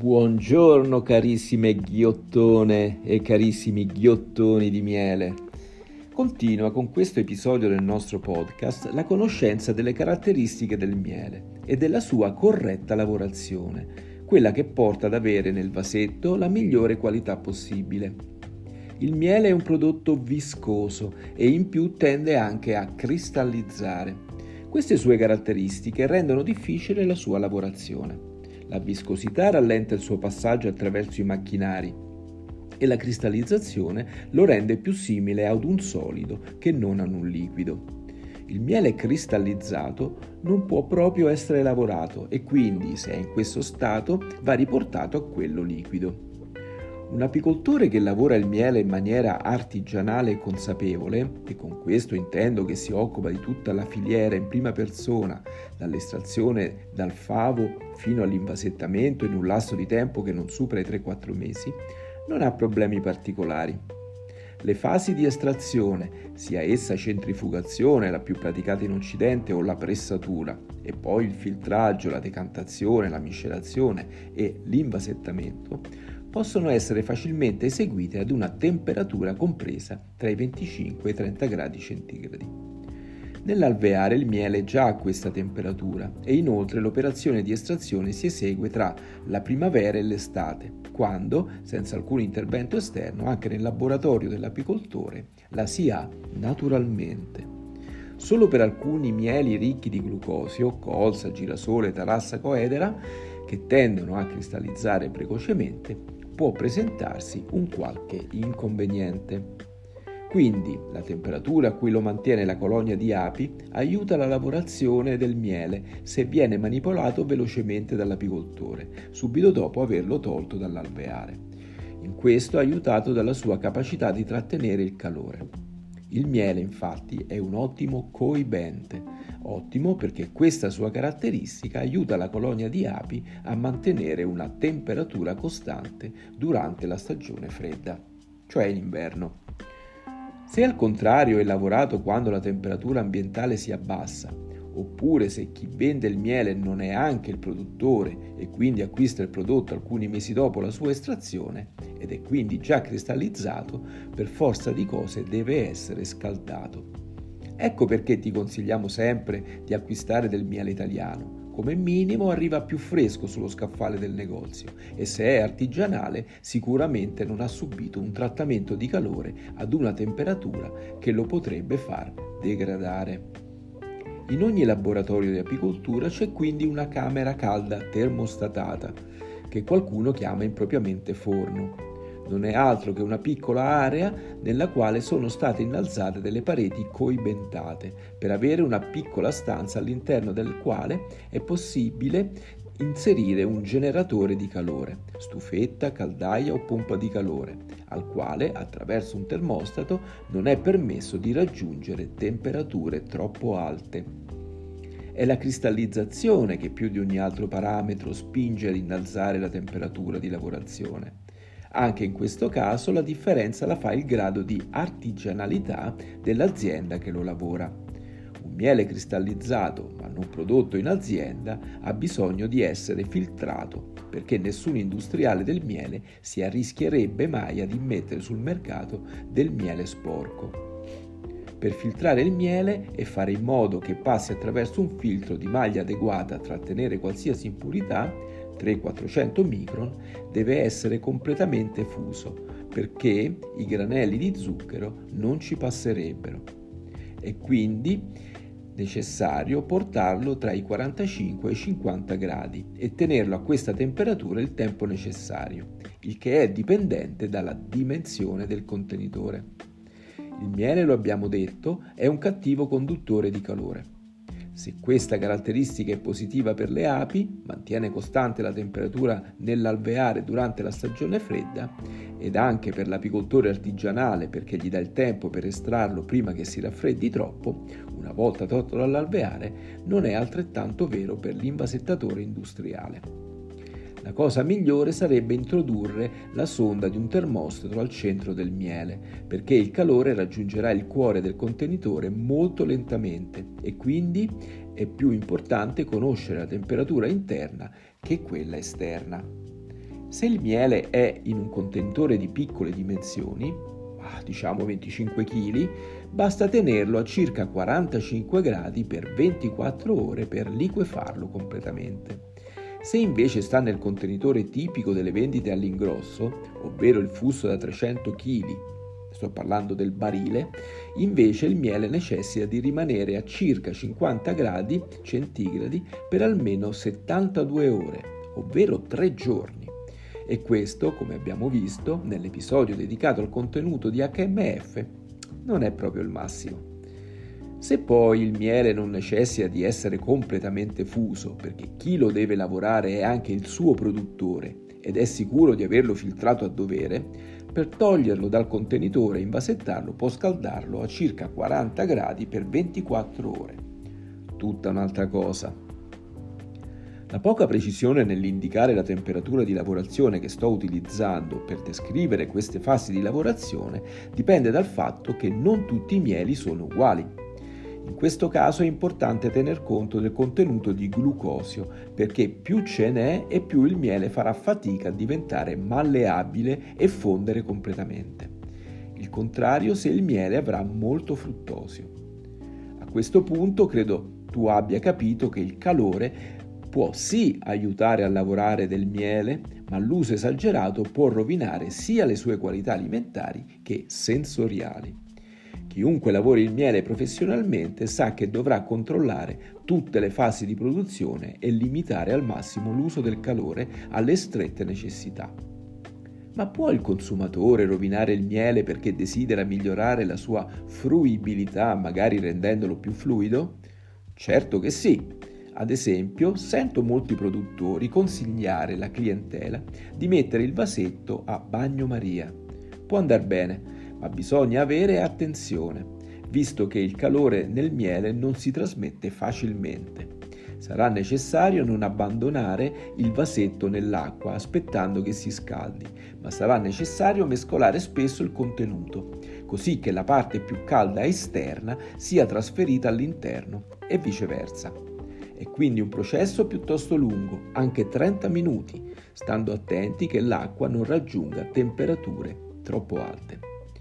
Buongiorno carissime ghiottone e carissimi ghiottoni di miele. Continua con questo episodio del nostro podcast la conoscenza delle caratteristiche del miele e della sua corretta lavorazione, quella che porta ad avere nel vasetto la migliore qualità possibile. Il miele è un prodotto viscoso e in più tende anche a cristallizzare. Queste sue caratteristiche rendono difficile la sua lavorazione. La viscosità rallenta il suo passaggio attraverso i macchinari e la cristallizzazione lo rende più simile ad un solido che non ad un liquido. Il miele cristallizzato non può proprio essere lavorato e quindi, se è in questo stato, va riportato a quello liquido. Un apicoltore che lavora il miele in maniera artigianale e consapevole, e con questo intendo che si occupa di tutta la filiera in prima persona, dall'estrazione dal favo fino all'invasettamento in un lasso di tempo che non supera i 3-4 mesi, non ha problemi particolari. Le fasi di estrazione, sia essa centrifugazione, la più praticata in Occidente, o la pressatura, e poi il filtraggio, la decantazione, la miscelazione e l'invasettamento, possono essere facilmente eseguite ad una temperatura compresa tra i 25 e i 30 gradi centigradi. Nell'alveare il miele già a questa temperatura e inoltre l'operazione di estrazione si esegue tra la primavera e l'estate, quando, senza alcun intervento esterno, anche nel laboratorio dell'apicoltore, la si ha naturalmente. Solo per alcuni mieli ricchi di glucosio, colza, girasole, tarassa, coedera, che tendono a cristallizzare precocemente, può presentarsi un qualche inconveniente. Quindi la temperatura a cui lo mantiene la colonia di api aiuta la lavorazione del miele se viene manipolato velocemente dall'apicoltore, subito dopo averlo tolto dall'alveare. In questo aiutato dalla sua capacità di trattenere il calore. Il miele, infatti, è un ottimo coibente, ottimo perché questa sua caratteristica aiuta la colonia di api a mantenere una temperatura costante durante la stagione fredda, cioè in inverno. Se al contrario è lavorato quando la temperatura ambientale si abbassa, oppure se chi vende il miele non è anche il produttore e quindi acquista il prodotto alcuni mesi dopo la sua estrazione ed è quindi già cristallizzato, per forza di cose deve essere scaldato. Ecco perché ti consigliamo sempre di acquistare del miele italiano. Come minimo arriva più fresco sullo scaffale del negozio e se è artigianale sicuramente non ha subito un trattamento di calore ad una temperatura che lo potrebbe far degradare. In ogni laboratorio di apicoltura c'è quindi una camera calda termostatata, che qualcuno chiama impropriamente forno. Non è altro che una piccola area nella quale sono state innalzate delle pareti coibentate per avere una piccola stanza all'interno del quale è possibile inserire un generatore di calore, stufetta, caldaia o pompa di calore, al quale, attraverso un termostato, non è permesso di raggiungere temperature troppo alte. È la cristallizzazione che più di ogni altro parametro spinge ad innalzare la temperatura di lavorazione. Anche in questo caso la differenza la fa il grado di artigianalità dell'azienda che lo lavora. Un miele cristallizzato, ma non prodotto in azienda, ha bisogno di essere filtrato, perché nessun industriale del miele si arrischierebbe mai ad immettere sul mercato del miele sporco. Per filtrare il miele e fare in modo che passi attraverso un filtro di maglia adeguata a trattenere qualsiasi impurità, 300-400 micron, deve essere completamente fuso, perché i granelli di zucchero non ci passerebbero. È quindi necessario portarlo tra i 45 e i 50 gradi e tenerlo a questa temperatura il tempo necessario, il che è dipendente dalla dimensione del contenitore. Il miele, lo abbiamo detto, è un cattivo conduttore di calore. Se questa caratteristica è positiva per le api, mantiene costante la temperatura nell'alveare durante la stagione fredda, ed anche per l'apicoltore artigianale perché gli dà il tempo per estrarlo prima che si raffreddi troppo, una volta tolto dall'alveare, non è altrettanto vero per l'invasettatore industriale. La cosa migliore sarebbe introdurre la sonda di un termostato al centro del miele, perché il calore raggiungerà il cuore del contenitore molto lentamente e quindi è più importante conoscere la temperatura interna che quella esterna. Se il miele è in un contenitore di piccole dimensioni, diciamo 25 kg, basta tenerlo a circa 45 gradi per 24 ore per liquefarlo completamente. Se invece sta nel contenitore tipico delle vendite all'ingrosso, ovvero il fusto da 300 kg, sto parlando del barile, invece il miele necessita di rimanere a circa 50 gradi centigradi per almeno 72 ore, ovvero 3 giorni. E questo, come abbiamo visto nell'episodio dedicato al contenuto di HMF, non è proprio il massimo. Se poi il miele non necessita di essere completamente fuso, perché chi lo deve lavorare è anche il suo produttore ed è sicuro di averlo filtrato a dovere, per toglierlo dal contenitore e invasettarlo può scaldarlo a circa 40 gradi per 24 ore. Tutta un'altra cosa. La poca precisione nell'indicare la temperatura di lavorazione che sto utilizzando per descrivere queste fasi di lavorazione dipende dal fatto che non tutti i mieli sono uguali. In questo caso è importante tener conto del contenuto di glucosio, perché più ce n'è e più il miele farà fatica a diventare malleabile e fondere completamente. Il contrario se il miele avrà molto fruttosio. A questo punto credo tu abbia capito che il calore può sì aiutare a lavorare del miele, ma l'uso esagerato può rovinare sia le sue qualità alimentari che sensoriali. Chiunque lavori il miele professionalmente sa che dovrà controllare tutte le fasi di produzione e limitare al massimo l'uso del calore alle strette necessità. Ma può il consumatore rovinare il miele perché desidera migliorare la sua fruibilità, magari rendendolo più fluido? Certo che sì. Ad esempio, sento molti produttori consigliare alla clientela di mettere il vasetto a bagnomaria. Può andar bene, ma bisogna avere attenzione, visto che il calore nel miele non si trasmette facilmente. Sarà necessario non abbandonare il vasetto nell'acqua aspettando che si scaldi, ma sarà necessario mescolare spesso il contenuto, così che la parte più calda esterna sia trasferita all'interno e viceversa. È quindi un processo piuttosto lungo, anche 30 minuti, stando attenti che l'acqua non raggiunga temperature troppo alte.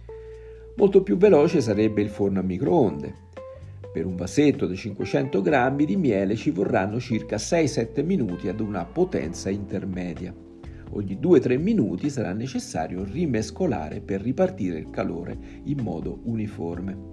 Molto più veloce sarebbe il forno a microonde. Per un vasetto di 500 grammi di miele ci vorranno circa 6-7 minuti ad una potenza intermedia. Ogni 2-3 minuti sarà necessario rimescolare per ripartire il calore in modo uniforme.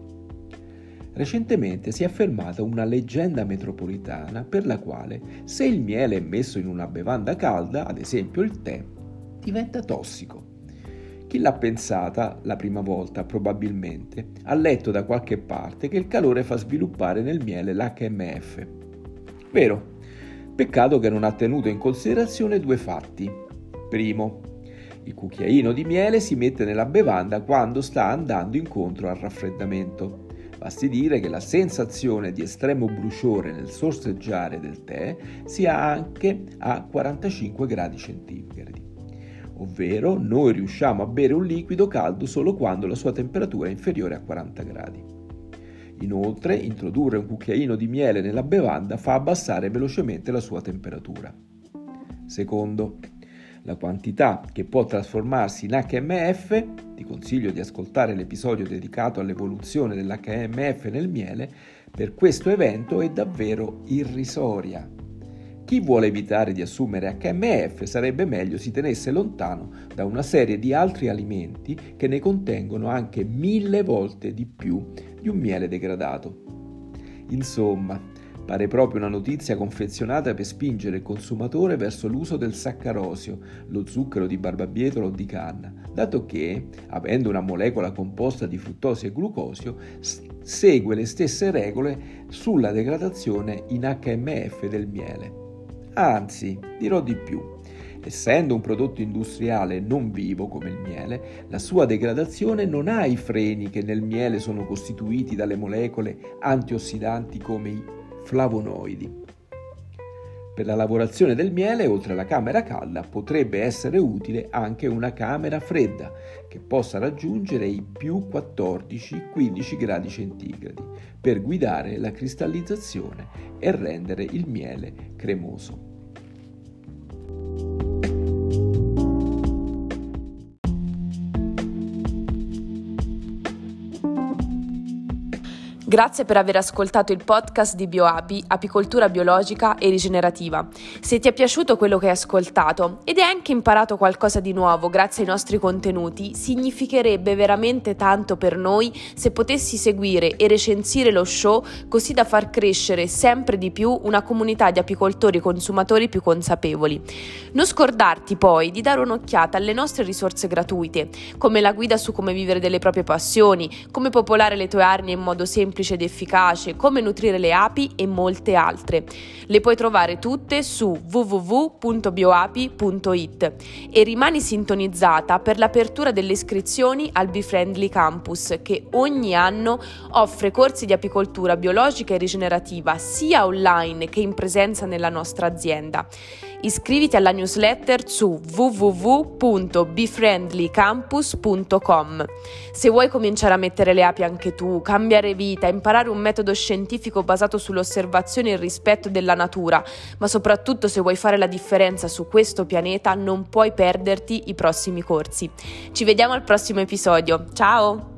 Recentemente si è affermata una leggenda metropolitana per la quale se il miele è messo in una bevanda calda, ad esempio il tè, diventa tossico. Chi l'ha pensata la prima volta probabilmente ha letto da qualche parte che il calore fa sviluppare nel miele l'HMF. Vero, peccato che non ha tenuto in considerazione due fatti. Primo, il cucchiaino di miele si mette nella bevanda quando sta andando incontro al raffreddamento. Basti dire che la sensazione di estremo bruciore nel sorseggiare del tè sia anche a 45 gradi centigradi, ovvero noi riusciamo a bere un liquido caldo solo quando la sua temperatura è inferiore a 40 gradi. Inoltre, introdurre un cucchiaino di miele nella bevanda fa abbassare velocemente la sua temperatura. Secondo, la quantità che può trasformarsi in HMF, ti consiglio di ascoltare l'episodio dedicato all'evoluzione dell'HMF nel miele, per questo evento è davvero irrisoria. Chi vuole evitare di assumere HMF sarebbe meglio si tenesse lontano da una serie di altri alimenti che ne contengono anche 1000 volte di più di un miele degradato. Insomma, pare proprio una notizia confezionata per spingere il consumatore verso l'uso del saccarosio, lo zucchero di barbabietola o di canna, dato che, avendo una molecola composta di fruttosio e glucosio, segue le stesse regole sulla degradazione in HMF del miele. Anzi, dirò di più. Essendo un prodotto industriale non vivo come il miele, la sua degradazione non ha i freni che nel miele sono costituiti dalle molecole antiossidanti come i flavonoidi. Per la lavorazione del miele, oltre alla camera calda, potrebbe essere utile anche una camera fredda che possa raggiungere i più 14-15 gradi centigradi per guidare la cristallizzazione e rendere il miele cremoso. Grazie per aver ascoltato il podcast di BioApi, apicoltura biologica e rigenerativa. Se ti è piaciuto quello che hai ascoltato ed hai anche imparato qualcosa di nuovo grazie ai nostri contenuti, significherebbe veramente tanto per noi se potessi seguire e recensire lo show, così da far crescere sempre di più una comunità di apicoltori e consumatori più consapevoli. Non scordarti poi di dare un'occhiata alle nostre risorse gratuite, come la guida su come vivere delle proprie passioni, come popolare le tue arnie in modo semplice ed efficace, come nutrire le api e molte altre. Le puoi trovare tutte su www.bioapi.it e rimani sintonizzata per l'apertura delle iscrizioni al Befriendly Campus, che ogni anno offre corsi di apicoltura biologica e rigenerativa sia online che in presenza nella nostra azienda. Iscriviti alla newsletter su www.befriendlycampus.com. Se vuoi cominciare a mettere le api anche tu, cambiare vita, imparare un metodo scientifico basato sull'osservazione e il rispetto della natura, ma soprattutto se vuoi fare la differenza su questo pianeta, non puoi perderti i prossimi corsi. Ci vediamo al prossimo episodio. Ciao!